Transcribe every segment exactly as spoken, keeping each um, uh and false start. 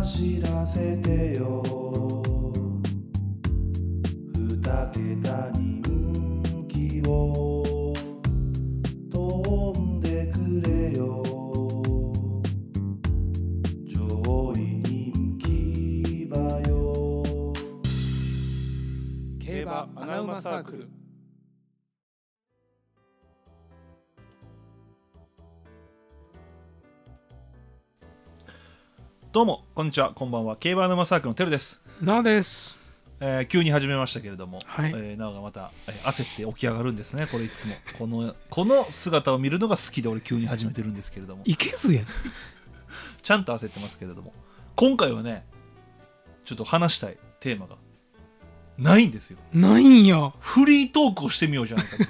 走らせてよ二桁人気を飛んでくれよ上位人気馬よ競馬アナウマサークル。 どうもこんにちは、こんばんは。競馬アナウマサークルのテルです。 なおです、 えー、急に始めましたけれども、 はい、 えー、なおがまた、えー、焦って起き上がるんですね。これいつもこのこの姿を見るのが好きで俺急に始めてるんですけれども、 いけずやんちゃんと焦ってますけれども、今回はねちょっと話したいテーマがないんですよ。 ないんや。 フリートークをしてみようじゃないかと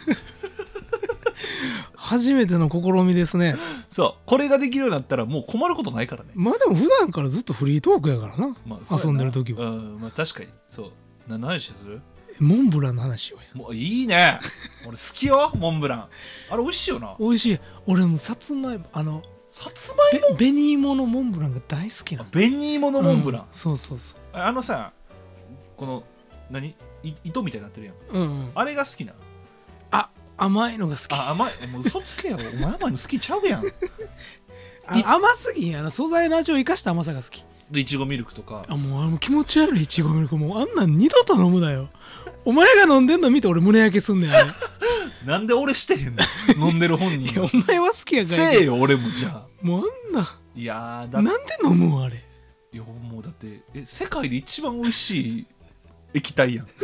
初めての試みですね。 そう、これができるようになったらもう困ることないからね。 まあでも普段からずっとフリートークやからな、 まあ、 遊んでる時は。 うん、まあ確かにそう。な何話する？ モンブランの話をや。 もういいね俺好きよモンブラン。あれ美味しいよな。 美味しい。俺もさつまいも、あのさつまいも、 べ紅芋のモンブランが大好きなの。 紅芋のモンブラン、うん、 そうそうそう。 あのさ、この何い糸みたいになってるやん、 うんうん、 あれが好きな。 あ、甘いのが好き。 あ、甘い。もう嘘つけよお前甘いの好きちゃうやんあ、甘すぎんやな。素材の味を生かした甘さが好きで、いちごミルクとか。 あ、もうあの気持ち悪いいちごミルク、もうあんなん二度と飲むなよお前が飲んでんの見て俺胸焼けすんねんあれなんで俺してへんの飲んでる本人いやお前は好きやからせえよ俺も。じゃあもうあんないやーだなんで飲むんあれ。 いやもうだってえ世界で一番美味しい液体やん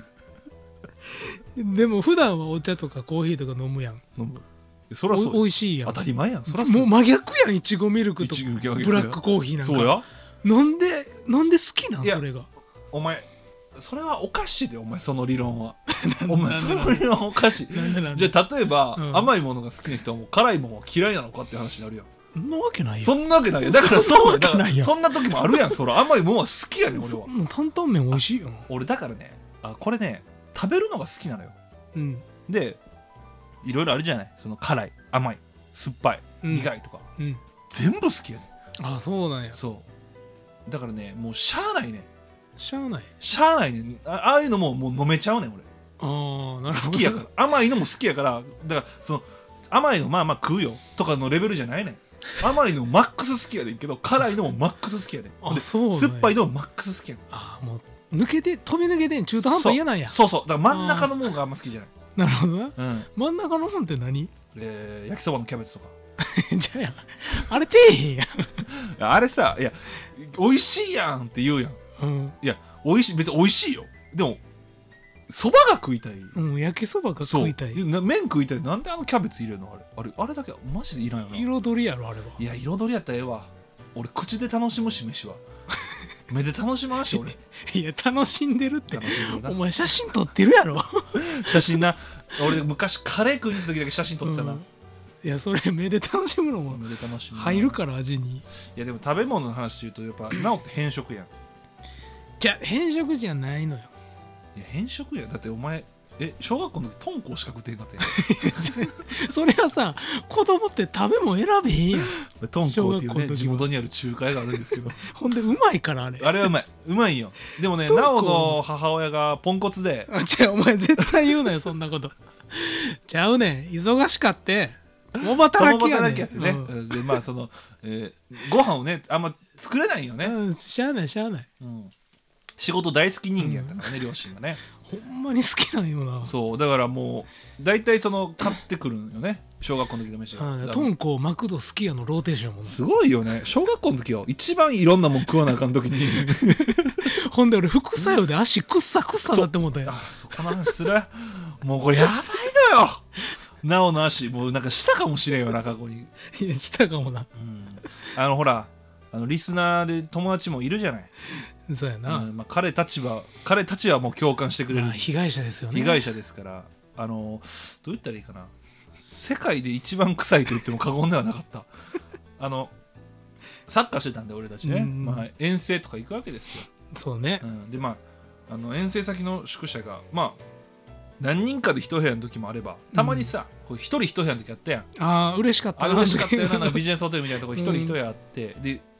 でも普段はお茶とかコーヒーとか飲むやん。 飲む。そりゃそう。 おいしいやん。 当たり前やん。そりゃそう。 もう真逆やん。いちごミルクといちごブラックコーヒーなんか。 そうや。 なんでなんで好きなんそれが。 お前それはおかしいで。お前その理論はお前その理論はおかしい。なんでなんで。じゃあ例えば、うん、甘いものが好きな人はもう辛いものは嫌いなのかって話になるやん。 そんなわけないよ。 そんなわけないよ。だからそうや。だからそんな時もあるやん。そら甘いものは好きやねん俺は。 もう担々麺美味しいよ。 俺だからね、あこれね食べるのが好きなのよ。うん、でいろいろあるじゃない。その辛い、甘い、酸っぱい、うん、苦いとか、うん、全部好きやねん。あ、そうなんや。 そうだからね、もうしゃあないね。 しゃあないしゃあないねん。 あ, ああいうのももう飲めちゃうねん俺。 あ、なるほど。 好きやから甘いのも好きやから。だからその甘いのまあまあ食うよとかのレベルじゃないねん。甘いのマックス好きやねんけど辛いのもマックス好きやねん。でそう、ね、 酸っぱいのもマックス好きやねん。 あ、もう抜けて飛び抜けてん。中途半端嫌なんや。 そうそうそう。だから真ん中のもんがあんま好きじゃない。 なるほどな、 うん、 真ん中のもんって何？ えー、焼きそばのキャベツとかじゃああれてえへんやんあれさ、いや美味しいやんって言うやん、うん、いや美味しい、別に美味しいよ。でもそばが食いたい、 うん、焼きそばが食いたい。 麺食いたい。なんであのキャベツ入れるの？あれあれあれだけはマジでいらんよな。 彩りやろあれは。 いや彩りやったらええわ。俺口で楽しむし飯は目で楽しまんし俺いや楽しんでるって。お前写真撮ってるやろ写真な。俺昔カレー食いに行った時だけ写真撮ってたな、うん、 いやそれ目で楽しむのも入るから味に。いやでも食べ物の話で言うとやっぱなおって偏食やん。 じゃあ偏食じゃないのよ。 いや偏食や。だってお前え小学校の時トンコしか食ってへんかったやんそれはさ子供って食べ物選べへんやん。 トンコっていうね地元にある中華屋があるんですけどほんでうまいからあれ。 あれはうまいうまいよ。でもねなおの母親がポンコツで。 あ、違う、お前絶対言うなよそんなことちゃうねん、忙しかって共働きやねん。 共働きやってね、うん、でまあその、えー、ご飯をねあんま作れないよね、 うん、しゃあないしゃあない、 うん、仕事大好き人間やったからね、うん、両親がねほんまに好きなんよな。 そうだからもう大体その買ってくるんよね小学校の時の飯が。 トンコマクド好きやのローテーションもすごいよね。小学校の時は一番いろんなもん食わなあかん時にほんで俺副作用で足くっさくっさだって思ったよ。 あ、そこの話するもうこれやばいのよなおの足もうなんかしたかもしれんよな過去に。 いやしたかもな、 うん、あのほらあのリスナーで友達もいるじゃない。 そうやな、 うん、まあ、彼たちは彼たちはもう共感してくれる、まあ、 被害者ですよね。 被害者ですから。あのどう言ったらいいかな。世界で一番臭いと言っても過言ではなかったあのサッカーしてたんで俺たちね、まあ、遠征とか行くわけですよ。 そうね、 うん、でまああの遠征先の宿舎がまあ何人かで一部屋の時もあればたまにさ、うん、一人一部屋の時あったやん。 ああ嬉しかったな。 あれ嬉しかったよな。なんかビジネスホテルみたいなところ一人一部屋あって、うん、で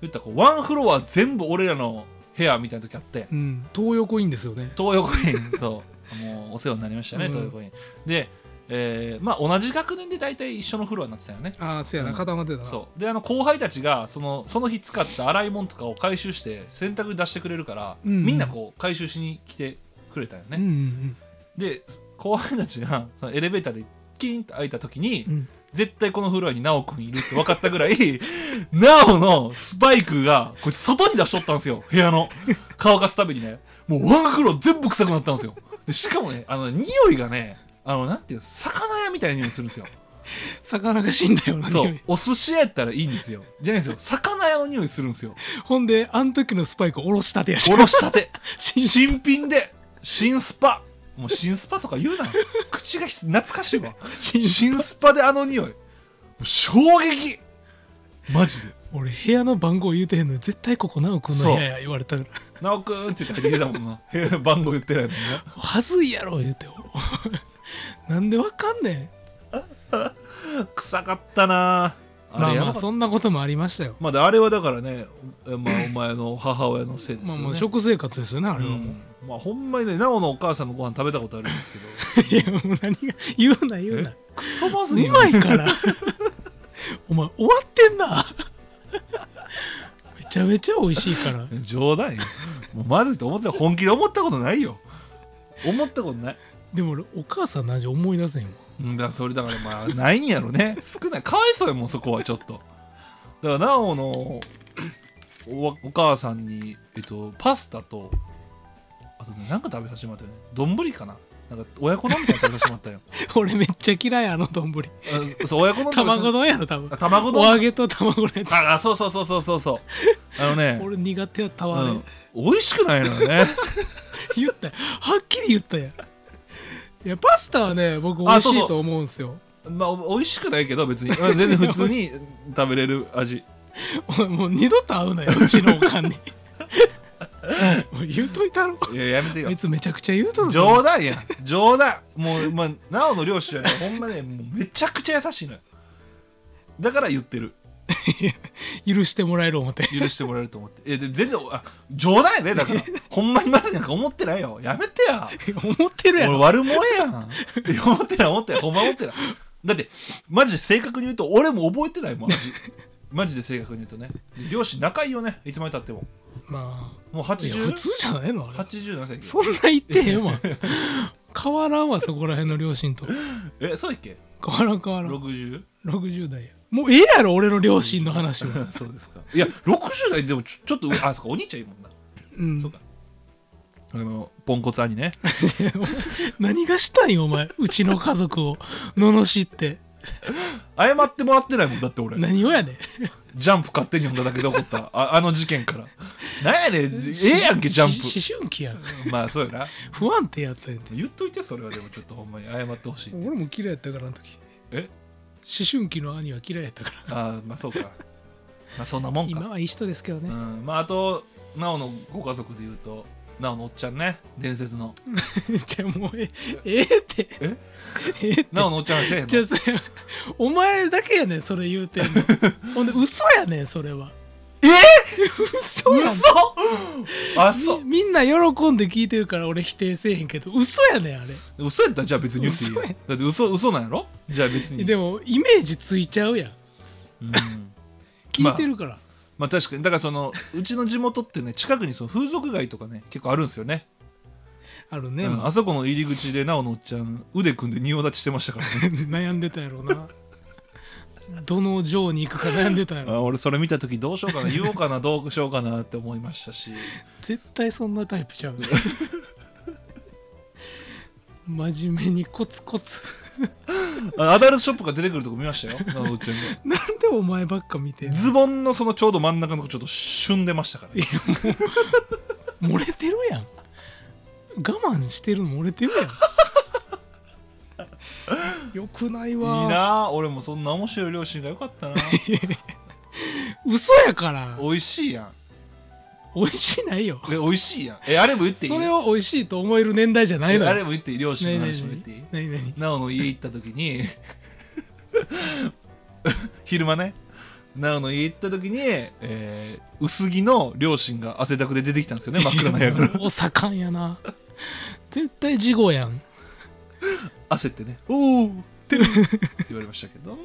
言ったらこうワンフロア全部俺らの部屋みたいな時あって、 うん、東横インですよね。 東横インそうもうお世話になりましたね、うん、東横インで、えー、まあ同じ学年で大体一緒のフロアになってたよね。 ああそうやな、固まってたな。 そうであの後輩たちがそのその日使った洗い物とかを回収して洗濯に出してくれるから、うんうん、みんなこう回収しに来てくれたよね、うんうんうん、で後輩たちがそのエレベーターでキーンと開いた時に、うん、絶対このフロアにナオくんいるって分かったぐらいナオのスパイクがこいつ外に出しとったんですよ、部屋の乾かすたびにね。もうワンフロア全部臭くなったんですよ。でしかもね、あの匂いがね、あのなんていう魚屋みたいな匂いするんですよ。 魚が死んだような匂い。 そうお寿司屋やったらいいんですよ、じゃないですよ、魚屋の匂いするんですよ。 ほんであの時のスパイクおろしたてやし、 おろしたて新品で新スパ、もう新スパとか言うな口が懐かしいわ新スパであの匂い衝撃マジで。 俺部屋の番号言うてへんのに絶対ここナオくんの部屋や言われたからナオくんって言って入ってきたもんな部屋の番号言ってないもんね。 はずいやろ言うてなんでわかんねん臭かったなあ。 まあまあそんなこともありましたよ。 まあ、あれはだからね、まあ、お前の母親のせいですよね。 まあもう食生活ですよねあれはもう、うん、 まあほんまにね、ナオのお母さんのご飯食べたことあるんですけどいやもう何が言うな言うな、 クソまずい、 うまいからお前終わってんなめちゃめちゃ美味しいから冗談よもうまずいと思った本気で思ったことないよ思ったことない。 でも俺お母さんの味思い出せんわ。 うんだそれだからまあないんやろね少ないかわいそうやもんそこはちょっと。だからナオの お, お母さんに、えっと、パスタとあとねなんか食べさせてもらったよね。丼かな、なんか親子丼みたいな食べさせてもらったよ俺めっちゃ嫌いあの丼。 あそう親子丼卵丼やろ多分。 卵丼お揚げと卵のやつ。 ああそうそうそうそうそうそうあのね俺苦手やったわ、うん、 美味しくないのよね言ったよはっきり言ったやん。いやパスタはね僕美味しいと思うんですよ。 まあ美味しくないけど別に全然普通に食べれる味お前もう二度と会うなようちのおかんにもう言うといたろ。 いややめてよあいつめちゃくちゃ言うとる。 冗談やん冗談もう、まあ、なおの両親はねほんまねもうめちゃくちゃ優しいのよ。だから言ってる許してもらえる思って許してもらえると思ってえで全然あ冗談やねだからほんまにまずなんか思ってないよやめてや思ってるやん俺悪者やん思ってない思ってないほんま思ってないだってマジで正確に言うと俺も覚えてないもんマジマジで正確に言うとね両親仲いいよねいつまでたっても。 まあもうはちじゅう普通じゃないのあれはちじゅうななさいそんな言ってへんわ変わらんわそこら辺の両親とえそうやっけ変わらん変わらん ろくじゅう?ろくじゅう 代やもうええやろ俺の両親の話はそうですか。いやろくじゅう代でもちょちょっとあそこお兄ちゃんいるもんな。うんそうかあのポンコツ兄ね何がしたいんお前うちの家族を罵って謝ってもらってないもんだって俺何をやねんジャンプ勝手に読んだだけで起こったあ, あの事件からなんやねんええやんけジャンプ思春期やんまあそうやな不安定やったんやて言っといてそれはでもちょっとほんまに謝ってほしい。 俺も嫌いやったからあの時え思春期の兄は嫌いやったからああまあそうかまあそんなもんか今はいい人ですけどね、 うん、まああとなおのご家族で言うとなおのおっちゃんね伝説のじゃあもうえええってえええってなおのおっちゃんはしてへんのじゃあお前だけやねんそれ言うてんのほんで嘘やねんそれはえ嘘やねん嘘あそうみ, みんな喜んで聞いてるから俺否定せえへんけど嘘やねんあれ嘘やったらじゃあ別に言っていいよだって嘘嘘なんやろじゃあ別にでもイメージついちゃうやん、うん、聞いてるから、まあまあ確かにだからそのうちの地元ってね近くにその風俗街とかね結構あるんですよね。 あるね、 うん、あそこの入り口でなおのおっちゃん腕組んで仁王立ちしてましたからね悩んでたやろうなどの城に行くか悩んでたやろあ俺それ見た時どうしようかな言おうかなどうしようかなって思いましたし絶対そんなタイプちゃうね真面目にコツコツアダルトショップが出てくるとこ見ましたよなおのおっちゃんがなんでお前ばっか見てんのズボンのそのちょうど真ん中のとこちょっと旬でましたからね。いやもう漏れてるやん我慢してるの漏れてるやんよくないわいいな俺もそんな面白い両親がよかったな嘘やから美味しいやん美味しいないよえ美味しいやんえあれも言っていいそれを美味しいと思える年代じゃないのよあれも言っていい両親の話も言っていい何何なおの家行った時に昼間ねなおの家行った時に、えー、薄着の両親が汗だくで出てきたんですよね、真っ暗な部屋からお盛んやな。絶対事後やん。 焦ってね、おおってるって言われましたけどね。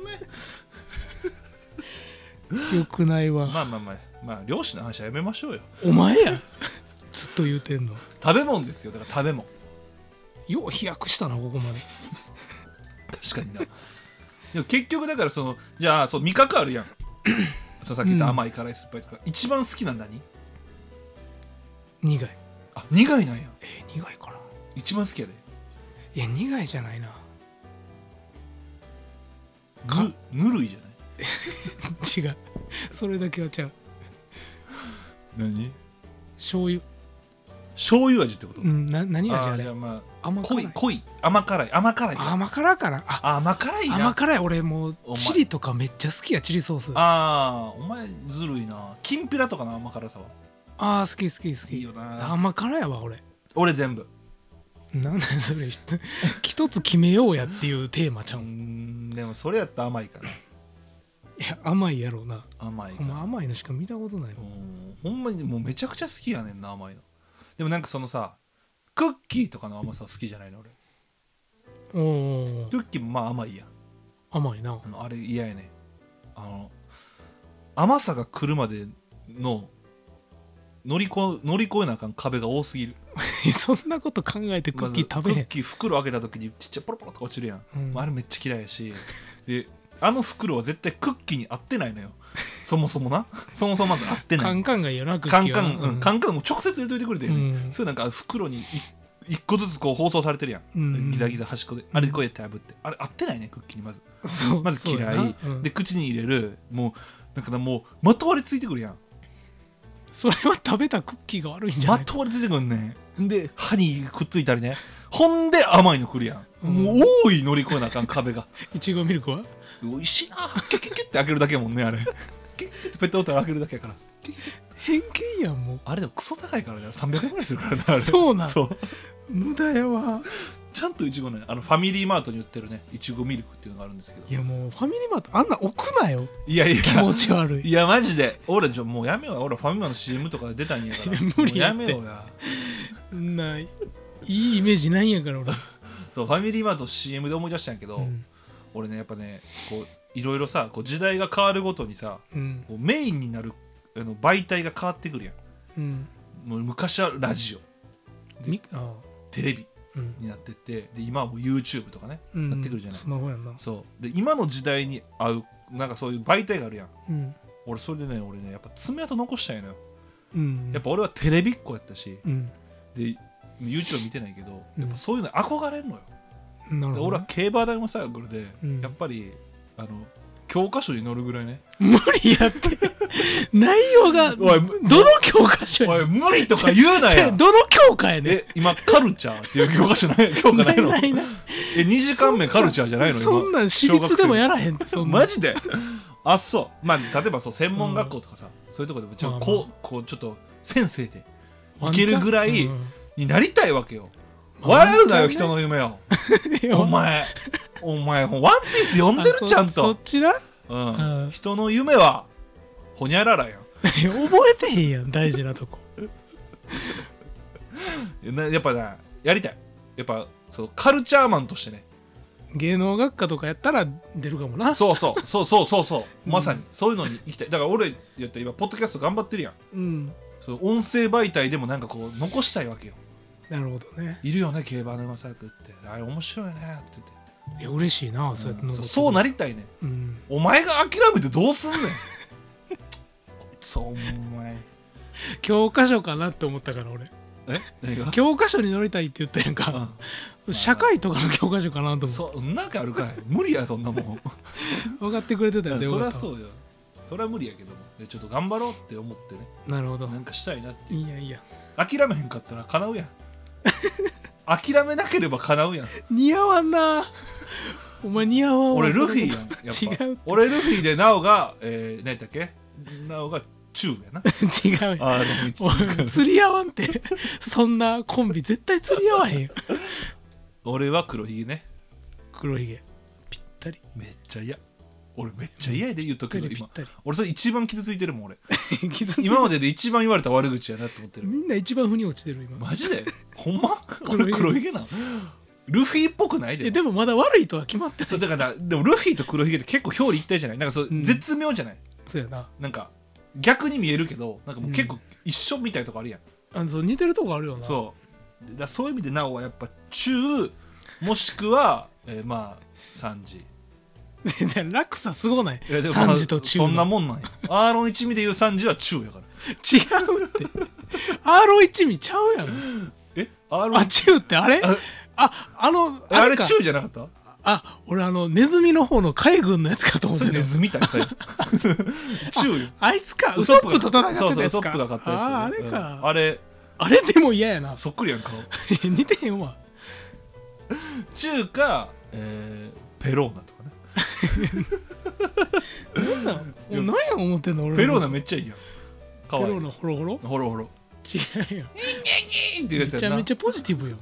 よくないわ。 まあまあまあまあ漁師の話はやめましょうよ。 お前やずっと言うてんの。 食べ物ですよ、だから食べ物。 よう飛躍したなここまで。 確かにな。でも結局だからそのじゃあそう味覚あるやん。そうさっき言った甘い辛い酸っぱいとか、一番好きなん何？ 苦い。 あ、苦いなんや。 えー、苦いかな。 一番好きやで。 いや苦いじゃないな。 ぬぬるいじゃない？ 違う。それだけはちゃう。 何？ 醤油。 醤油味ってこと？ うんな何味あれ？ あじゃあまあ甘辛い。 濃い濃い甘辛い甘辛いか。 甘辛かな。ああ甘辛いな。 甘辛い。俺もうお前チリとかめっちゃ好きや。チリソース。あああお前ずるいな。きんぴらとかの甘辛さはあー好き好き好き。 いいよな。 甘辛やわ俺。 俺全部。 なんだそれ一つ決めようやっていうテーマちゃうーうんでもそれやったら甘いかな。 いや甘いやろうな。 甘いかお前甘いのしか見たことないわ。 うんほんまにもうめちゃくちゃ好きやねんな甘いの。でもなんかそのさクッキーとかの甘さ好きじゃないの俺。 おおクッキーもまあ甘いやん。 甘いな。 あのあれ嫌やね。あの甘さが来るまでの乗りこ乗り越えなあかん壁が多すぎる。 そんなこと考えてクッキー食べへん。 まずクッキー袋開けた時にちっちゃいポロポロとか落ちるやん、 うんあれめっちゃ嫌いやしであの袋は絶対クッキーに合ってないのよ。そもそもなそもそもまず合ってないカンカンがいいよなクッカンキーはな。 カンうんカンカンも直接入れといてくれて、ねうんそういうなんか袋に一個ずつこう包装されてるやん、 うんギザギザ端っこであれこうやって炙ってあれ合ってないねクッキーにまずそうまず嫌い、 そうやなうんで口に入れるもうだからもうまとわりついてくるやん。 それは食べたクッキーが悪いんじゃないか。 まとわりついてくるねで歯にくっついたりねほんで甘いのくるやん、 うんもう多い乗り越えなあかん壁がいちごミルクは美味しいなキュキュキュって開けるだけやもんねあれキュキュキュってペットボトル開けるだけやから偏見やんもう。 あれでもクソ高いからねさんびゃくえんぐらいするからねあれそうなんそう無駄やわ。 ちゃんといちごねあのファミリーマートに売ってるねいちごミルクっていうのがあるんですけどいやもうファミリーマートあんな置くなよ。 いやいや気持ち悪い。 いやマジで俺じゃもうやめようや俺ファミマの シーエム とかで出たんやからいや無理やってもうやめようやそんないいイメージないんやから俺。 そうファミリーマート シーエム で思い出したんやけど、 うん俺ねやっぱねこういろいろさこう時代が変わるごとにさうんこうメインになるあの媒体が変わってくるやん。 うんもう昔はラジオみあテレビうんになってってで今はもう YouTube とかね、 うんなってくるじゃないスマホやんな。 そうで今の時代に合うなんかそういう媒体があるやん。 うん俺それでね俺ねやっぱ爪痕残したいのよ。 うんやっぱ俺はテレビっ子やったしうんで YouTube 見てないけどうんやっぱそういうの憧れるのよ。 なるほどで俺は競馬大のサークルで、 うんやっぱりあの教科書に載るぐらいね無理やって内容がどおいの教科書やおい無理とか言うなじゃあやどの教科やねん。 え今カルチャーっていう教科書ない教科ないのないないえにじかんめカルチャーじゃないの今そんなん私立でもやらへんってそんなんマジであそうまあ例えばそう専門学校とかさ、そういうとこでもちょっとこう,、 まあまこうちょっと先生でいけるぐらいうんになりたいわけよ。 ワンチャンね笑うなよ人の夢をいやお前お前ワンピース読んでるあちゃんとそそっちなうんうん人の夢はほにゃららやん覚えてへんやん大事なとこ。 なやっぱねやりたいやっぱそうカルチャーマンとしてね芸能学科とかやったら出るかもな。 そうそうそうそうそうそううんまさにそういうのに行きたい。だから俺やったら今ポッドキャスト頑張ってるやん。 うんそう音声媒体でもなんかこう残したいわけよ。 なるほどね。 いるよね競馬の馬サークルってあれ面白いねって言っていや嬉しいなそうやってうん残ってそうそうなりりたいね。 うんお前が諦めてどうすんねんこいつお前教科書かなって思ったから俺え何が教科書に乗りたいって言ったやんか社会とかの教科書かなと思っそんなんかあるかい無理やそんなもんて分かってくれてたよそりよかったわゃそうよそれは無理やけどもでちょっと頑張ろうって思ってねなるほどなんかしたいなっていいやいいや諦めへんかったら叶うやん諦めなければ叶うやん似合わんなお前似合わんわ俺ルフィやんやっぱ違う俺ルフィでナオが、えー、何やったっけナオがチューやな違うよあのおい釣り合わんってそんなコンビ絶対釣り合わへんよ俺は黒ひげね黒ひげぴったりめっちゃ嫌俺めっちゃ嫌やで言っとくけど今ぴったり俺それ一番傷ついてるもん俺傷ついてる今までで一番言われた悪口やなって思ってるみんな一番腑に落ちてる今マジでほんま俺黒ひげなルフィっぽくないでえでもまだ悪いとは決まってないそうだからでもルフィと黒ひげって結構表裏一体じゃないなんかそう、 うん、 絶妙じゃないそうやななんか逆に見えるけどなんかもう結構一緒みたいなとこあるやん、 あのそう似てるとこあるよなそうだからそういう意味でなおはやっぱ中もしくは、えー、まあさんじ落差すごないいやでもさんじと中のそんなもんなんやアーロン一味で言うさんじは中やから違うってアーロン一味ちゃうやんえアーロンあ中ってあれあああのあれあれか中じゃなかったあ俺あのネズミの方の海軍のやつかと思っそれてたネズミたい最後中よあいつかウウソップソップがと戦ってたそうそうウソやつかップが買ったやつあーあれうんか、 あれあれでも嫌やなそっくりやん顔似てへんわ中か、えー、ペローナとかねなんなんお何や思ってんの俺のペローナめっちゃいいやんかわいいペローナホロホロほろほろ違うよっていうめやつやんなちゃめちゃポジティブよ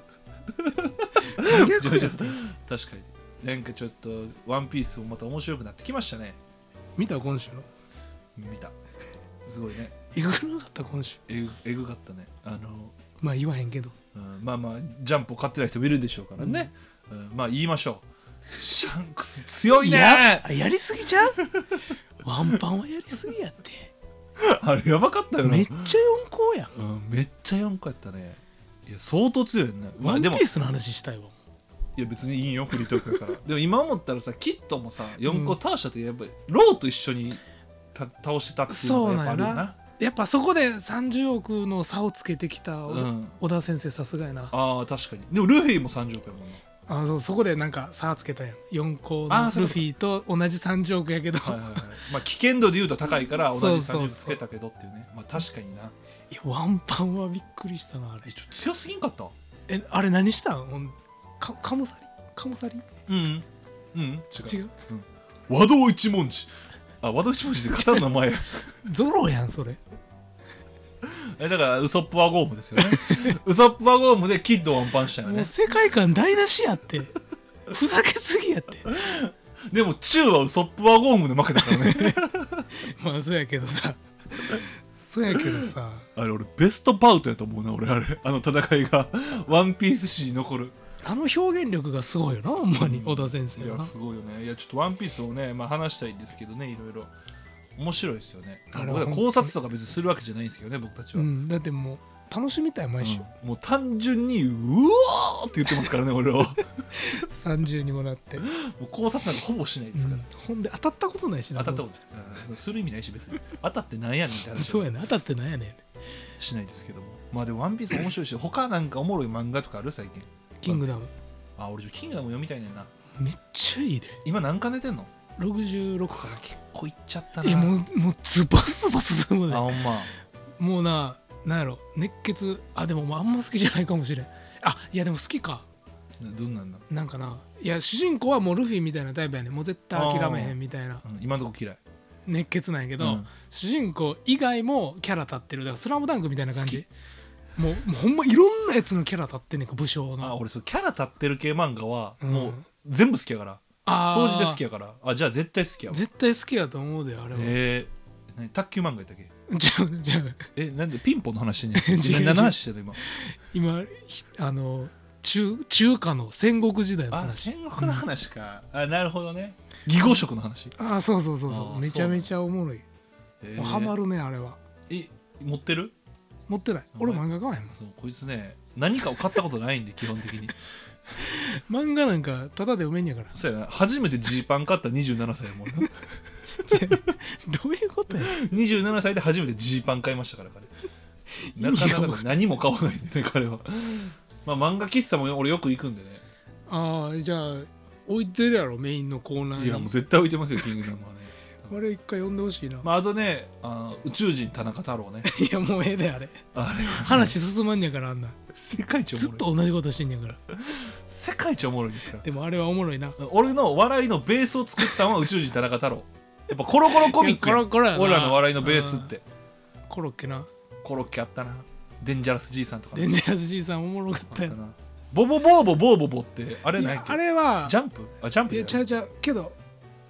ちょちょ確かになんかちょっとワンピースもまた面白くなってきましたね見た今週の見たすごいねえぐくなかった今週えぐえぐかったねあの、 まあ言わへんけどうん、まあまあジャンプを買ってない人もいるでしょうからね、うんまあ言いましょうシャンクス強いねややりすぎちゃうワンパンはやりすぎやってあれやばかったよなめっちゃ四校やんうん、めっちゃよんこやったねいや相当強いよね、まワあ、でもンピースの話したいわいや別にいいよフリートークだからでも今思ったらさキッドもさよんこ倒したってやっぱりローと一緒にた倒してたっていうのがやっぱあるよなやっぱそこでさんじゅうおくの差をつけてきた小田,、 うん小田先生さすがやなああ確かにでもルフィもさんじゅうおくやもんなあそうそこでなんか差つけたやんよんこあーそうのルフィと同じさんじゅうおくやけど、 はいはいはいまあ危険度で言うと高いから同じそうそうそうさんじゅうおくつけたけどっていうねまあ確かにないやワンパンはびっくりしたなあれえちょっと強すぎんかったえあれ何したんほんかカムサリカムサリうんうん違う違う和道一文字あ和道一文字で型の名前ゾロやんそれえだからウソップワゴームですよねウソップワゴームでキッドワンパンしたよもうね世界観台無しやってふざけすぎやってでも中はウソップワゴームで負けたからねまあそうやけどさそうやけどさあれ俺ベストバウトやと思うな俺あれあの戦いがワンピース史に残るあの表現力がすごいよなほんまに小田先生いやはなすごいよねいやちょっとワンピースをね、まあ、話したいんですけどねいろいろ面白いですよねあれは僕ら考察とか別にするわけじゃないんですけどね僕たちは、 ううんん、だってもう楽しみたい毎週、 もう単純にうわーって言ってますからね俺はもさんじゅうにもなって、 う考察なんかほぼしないですから、 うんほんで当たったことないしな当たったことうんする意味ないし別に当たってなんやねんって話そうはやね当たってなんやねんしないですけどもまあでもワンピース面白いし他なんかおもろい漫画とかある最近キングダムあ俺ちょっとキングダム読みたいねんなめっちゃいいで今何巻出てんのろくじゅうろくかな結構いっちゃったなえもうもうズバズバ進むあねほんまもうななんやろ熱血あでももうあんま好きじゃないかもしれんあいやでも好きかどんなんだ、 なんかないや主人公はもうルフィみたいなタイプやねんもう絶対諦めへんみたいなうん、今のとこ嫌い熱血なんやけど、 うん主人公以外もキャラ立ってるだからスラムダンクみたいな感じもうもうほんまいろんなやつのキャラ立ってんねんか武将あの俺そうキャラ立ってる系漫画はうんもう全部好きやから、 あー掃除で好きやからあじゃあ絶対好きやわ絶対好きやと思うであれは、 えー、何卓球漫画やったっけじゃあじゃあえなんでピンポンの話してんねん違う違う何の話してんの今今ひあの中中華の戦国時代のあ話戦国の話か、あなるほどね義語色の話あそうそうそうそあーうめちゃめちゃおもろい、 えもうハマるねあれはえ持ってる持ってない俺漫画買わへんもんそうこいつね何かを買ったことないんで基本的に漫画なんかタダで読めんやからそうやな初めてジーパン買ったにじゅうななさいやもんなどういうことやにじゅうななさいで初めてジーパン買いましたから彼なかなか何も買わないんでね彼はまあ漫画喫茶も俺よく行くんでねああじゃあ置いてるやろメインのコーナーにいやもう絶対置いてますよキングダムはねあれ一回読んでほしいな、 まああとねあの宇宙人田中太郎ねいやもうええであれあれ話進まんねやからあんな世界一おずっもろいと同じことしてんねやから世界一おもろいですからでもあれはおもろいな俺の笑いのベースを作ったのは宇宙人田中太郎やっぱコロコロコミックやいやコロコロやな俺らの笑いのベースってコロッケなコロッケあったなデンジャラスじいさんとかデンジャラスじいさんおもろかったよあったなボボボーボボーボボってあれい何やっけやあれはジャンプあジャンプいだよやちゃうちゃうけど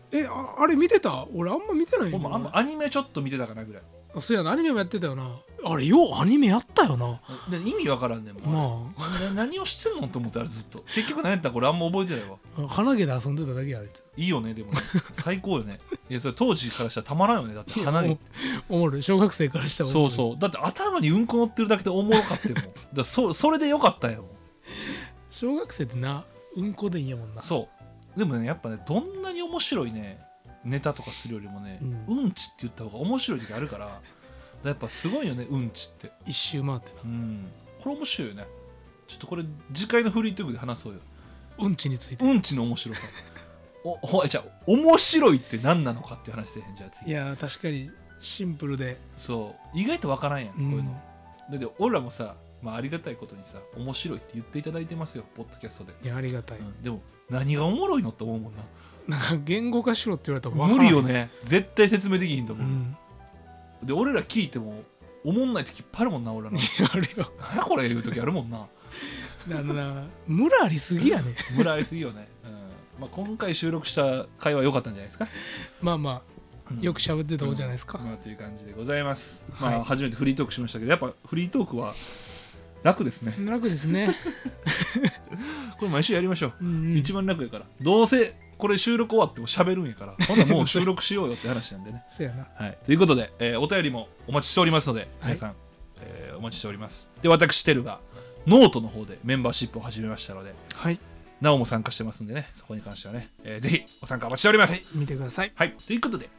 え あ, あれ見てた？俺あんま見てないよ。 もあんまアニメちょっと見てたかなぐらい。 あ、そうやな、アニメもやってたよな。あれようアニメやったよな。 で意味わからんねんもう、まあ、な何をしてんのと思ってあれずっと結局何やったらこれあんま覚えてないわ。 鼻毛で遊んでただけやあれって。 いいよねでもね最高よね。いやそれ当時からしたらたまらんよね。だって鼻毛おもろい、小学生からしたらおもろい。 そうそう、だって頭にうんこ乗ってるだけでおもろかったよもんだからそ, それでよかったよ。 小学生ってな、うんこでいいやもんな。 そうでもねやっぱねどんなに面白いねネタとかするよりもね、うん、うんちって言った方が面白い時あるから、だやっぱすごいよねうんちって一周回ってな。 うんこれ面白いよね。ちょっとこれ次回のフリートークで話そうよ。 うんちについて。 うんちの面白さおおじゃあ面白いって何なのかっていう話せへん。じゃあ次。 いや確かにシンプルで、 そう意外とわからんやん、 うん、 こういうのだって俺らもさ、まあ、ありがたいことにさ面白いって言っていただいてますよポッドキャストで。 いやありがたい、 うん、でも何がおもろいのって思うもんな。 なんか言語化しろって言われたら分からん。 無理よね絶対説明できひんと思う、 うん、 で俺ら聞いてもおもんない時いっぱいあるもんな俺らの。 あるよ。 何やこれ言う時あるもんな。 あのなムラありすぎやね。 ムラありすぎよね、うんまあ、今回収録した回は良かったんじゃないですか。 まあまあ、うん、よく喋ってた方じゃないですか、 うんまあ、という感じでございます、 はい。 まあ、初めてフリートークしましたけどやっぱフリートークは楽ですね。 楽ですねこれ毎週やりましょう、 うんうん、 一番楽やから。どうせこれ収録終わっても喋るんやからほんならもう収録しようよって話なんでねそうやな、 はい、ということで、えー、お便りもお待ちしておりますので、皆さん、はいえー、お待ちしております。で私テルがノートの方でメンバーシップを始めましたので、 はい、 なおも参加してますんでね、そこに関してはね、えー、ぜひご参加お待ちしております。はい、 見てください。 はい、ということで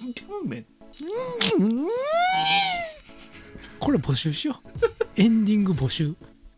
これ募集しようエンディング募集。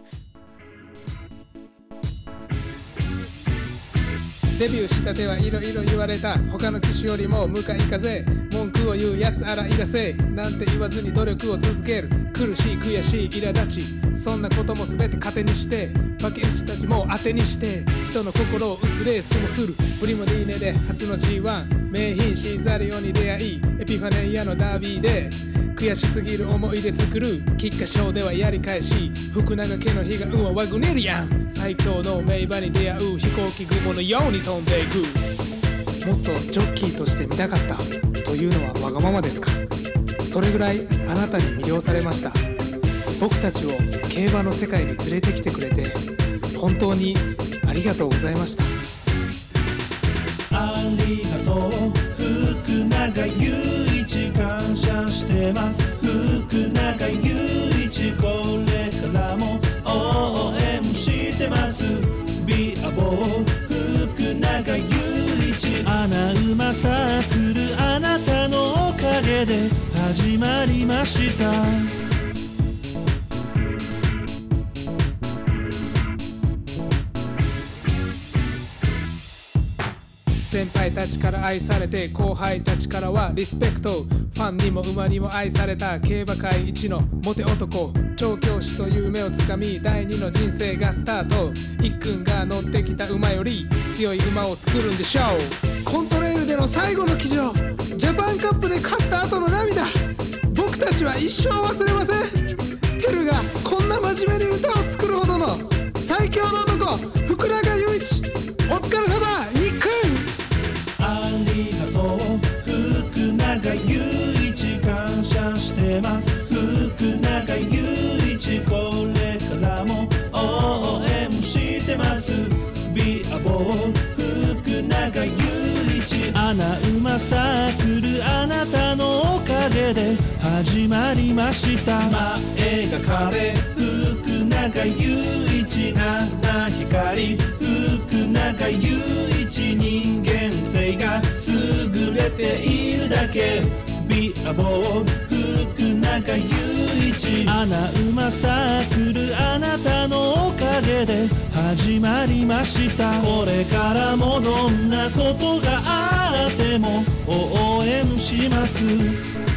デビューしたてはいろいろ言われた。他の機種よりも向かい風。文句を言うやつ洗い出せなんて言わずに努力を続ける。苦しい悔しい苛立ち、そんなことも全て糧にして馬券師たちも当てにして人の心を打つレースもする。プリモディーネで初の ジーワン 名品シーザリオに出会いエピファネイアのダービーで悔しすぎる思い出作る。菊花賞ではやり返し福永家の悲願はワグネリアン。最強の名馬に出会う飛行機雲のように飛んでいく。もっとジョッキーとして見たかったというのはわがままですか。それぐらいあなたに魅了されました。僕たちを競馬の世界に連れてきてくれて本当にありがとうございました。 ありがとう福永祐一感謝してます。福永祐一これからも応援してます。ビアボー福永祐一穴馬サークルあなたのおかげで始まりました。 先輩たちから愛されて後輩たちからはリスペクト。ファンにも馬にも愛された競馬界一のモテ男。調教師という夢をつかみ第二の人生がスタート。一君が乗ってきた馬より強い馬を作るんでしょう。コントレールでの最後の騎乗、ジャパンカップで勝った後の涙、僕たちは一生忘れません。テルがこんな真面目に歌を作るほどの最強の男福永祐一、お疲れ様一君。 ありがとう福永祐一感謝してます。福永祐一これからも応援してます。ビアボー福永祐一穴馬サークルあなたのおかげで始まりました。前が彼福永祐一七光福永祐一人間性が優れているだけ。ビアボー福永祐一穴馬サークルあなたのおかげで始まりました。これからもどんなことがあっても応援します。